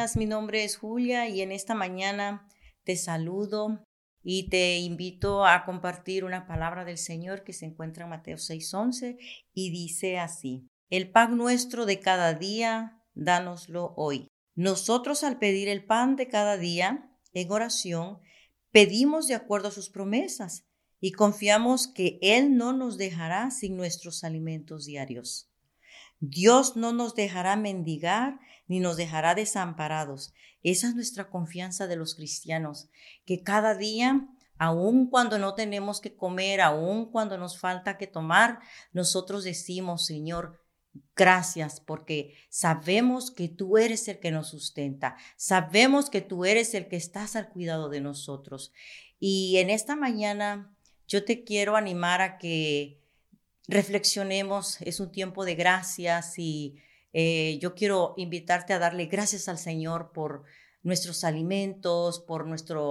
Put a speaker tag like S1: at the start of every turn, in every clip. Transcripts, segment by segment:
S1: días, mi nombre es Julia y en esta mañana te saludo y te invito a compartir una palabra del Señor que se encuentra en Mateo 6:11 y dice así: El pan nuestro de cada día, dánoslo hoy. Nosotros al pedir el pan de cada día en oración, pedimos de acuerdo a sus promesas y confiamos que Él no nos dejará sin nuestros alimentos diarios. Dios no nos dejará mendigar ni nos dejará desamparados. Esa es nuestra confianza de los cristianos, que cada día, aun cuando no tenemos que comer, aun cuando nos falta que tomar, nosotros decimos: Señor, gracias, porque sabemos que tú eres el que nos sustenta. Sabemos que tú eres el que estás al cuidado de nosotros. Y en esta mañana yo te quiero animar a que reflexionemos. Es un tiempo de gracias y yo quiero invitarte a darle gracias al Señor por nuestros alimentos, por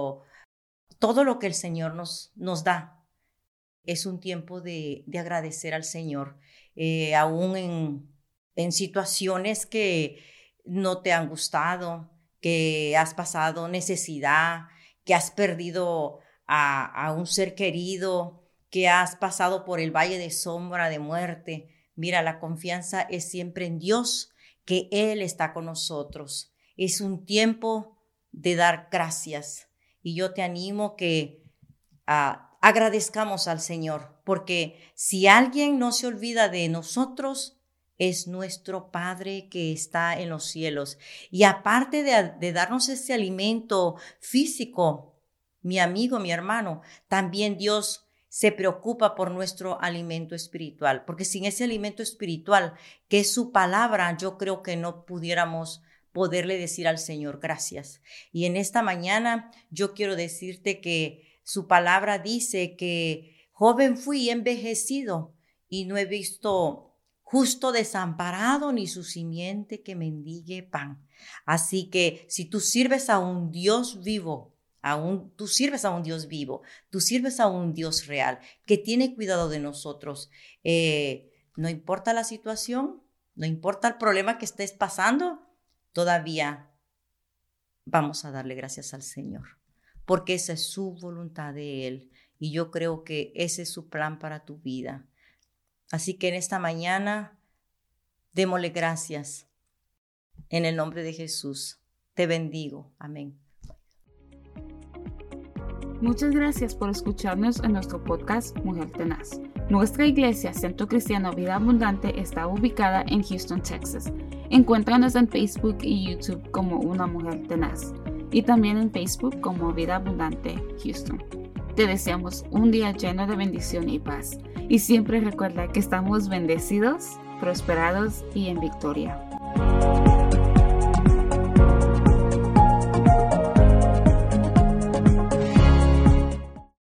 S1: todo lo que el Señor nos da. Es un tiempo de agradecer al Señor, aún en situaciones que no te han gustado, que has pasado necesidad, que has perdido a un ser querido, que has pasado por el valle de sombra de muerte. Mira, la confianza es siempre en Dios, que Él está con nosotros. Es un tiempo de dar gracias y yo te animo que agradezcamos al Señor, porque si alguien no se olvida de nosotros, es nuestro Padre que está en los cielos. Y aparte de darnos ese alimento físico, mi amigo, mi hermano, también Dios se preocupa por nuestro alimento espiritual, porque sin ese alimento espiritual, que es su palabra, yo creo que no pudiéramos poderle decir al Señor gracias. Y en esta mañana yo quiero decirte que su palabra dice que joven fui y envejecido y no he visto justo desamparado ni su simiente que mendigue pan. Así que si tú sirves a un Dios vivo, tú sirves a un Dios vivo, tú sirves a un Dios real que tiene cuidado de nosotros. No importa la situación, no importa el problema que estés pasando, todavía vamos a darle gracias al Señor, porque esa es su voluntad de Él y yo creo que ese es su plan para tu vida. Así que en esta mañana, démosle gracias en el nombre de Jesús. Te bendigo. Amén.
S2: Muchas gracias por escucharnos en nuestro podcast Mujer Tenaz. Nuestra iglesia, Centro Cristiano Vida Abundante, está ubicada en Houston, Texas. Encuéntranos en Facebook y YouTube como Una Mujer Tenaz y también en Facebook como Vida Abundante Houston. Te deseamos un día lleno de bendición y paz. Y siempre recuerda que estamos bendecidos, prosperados y en victoria.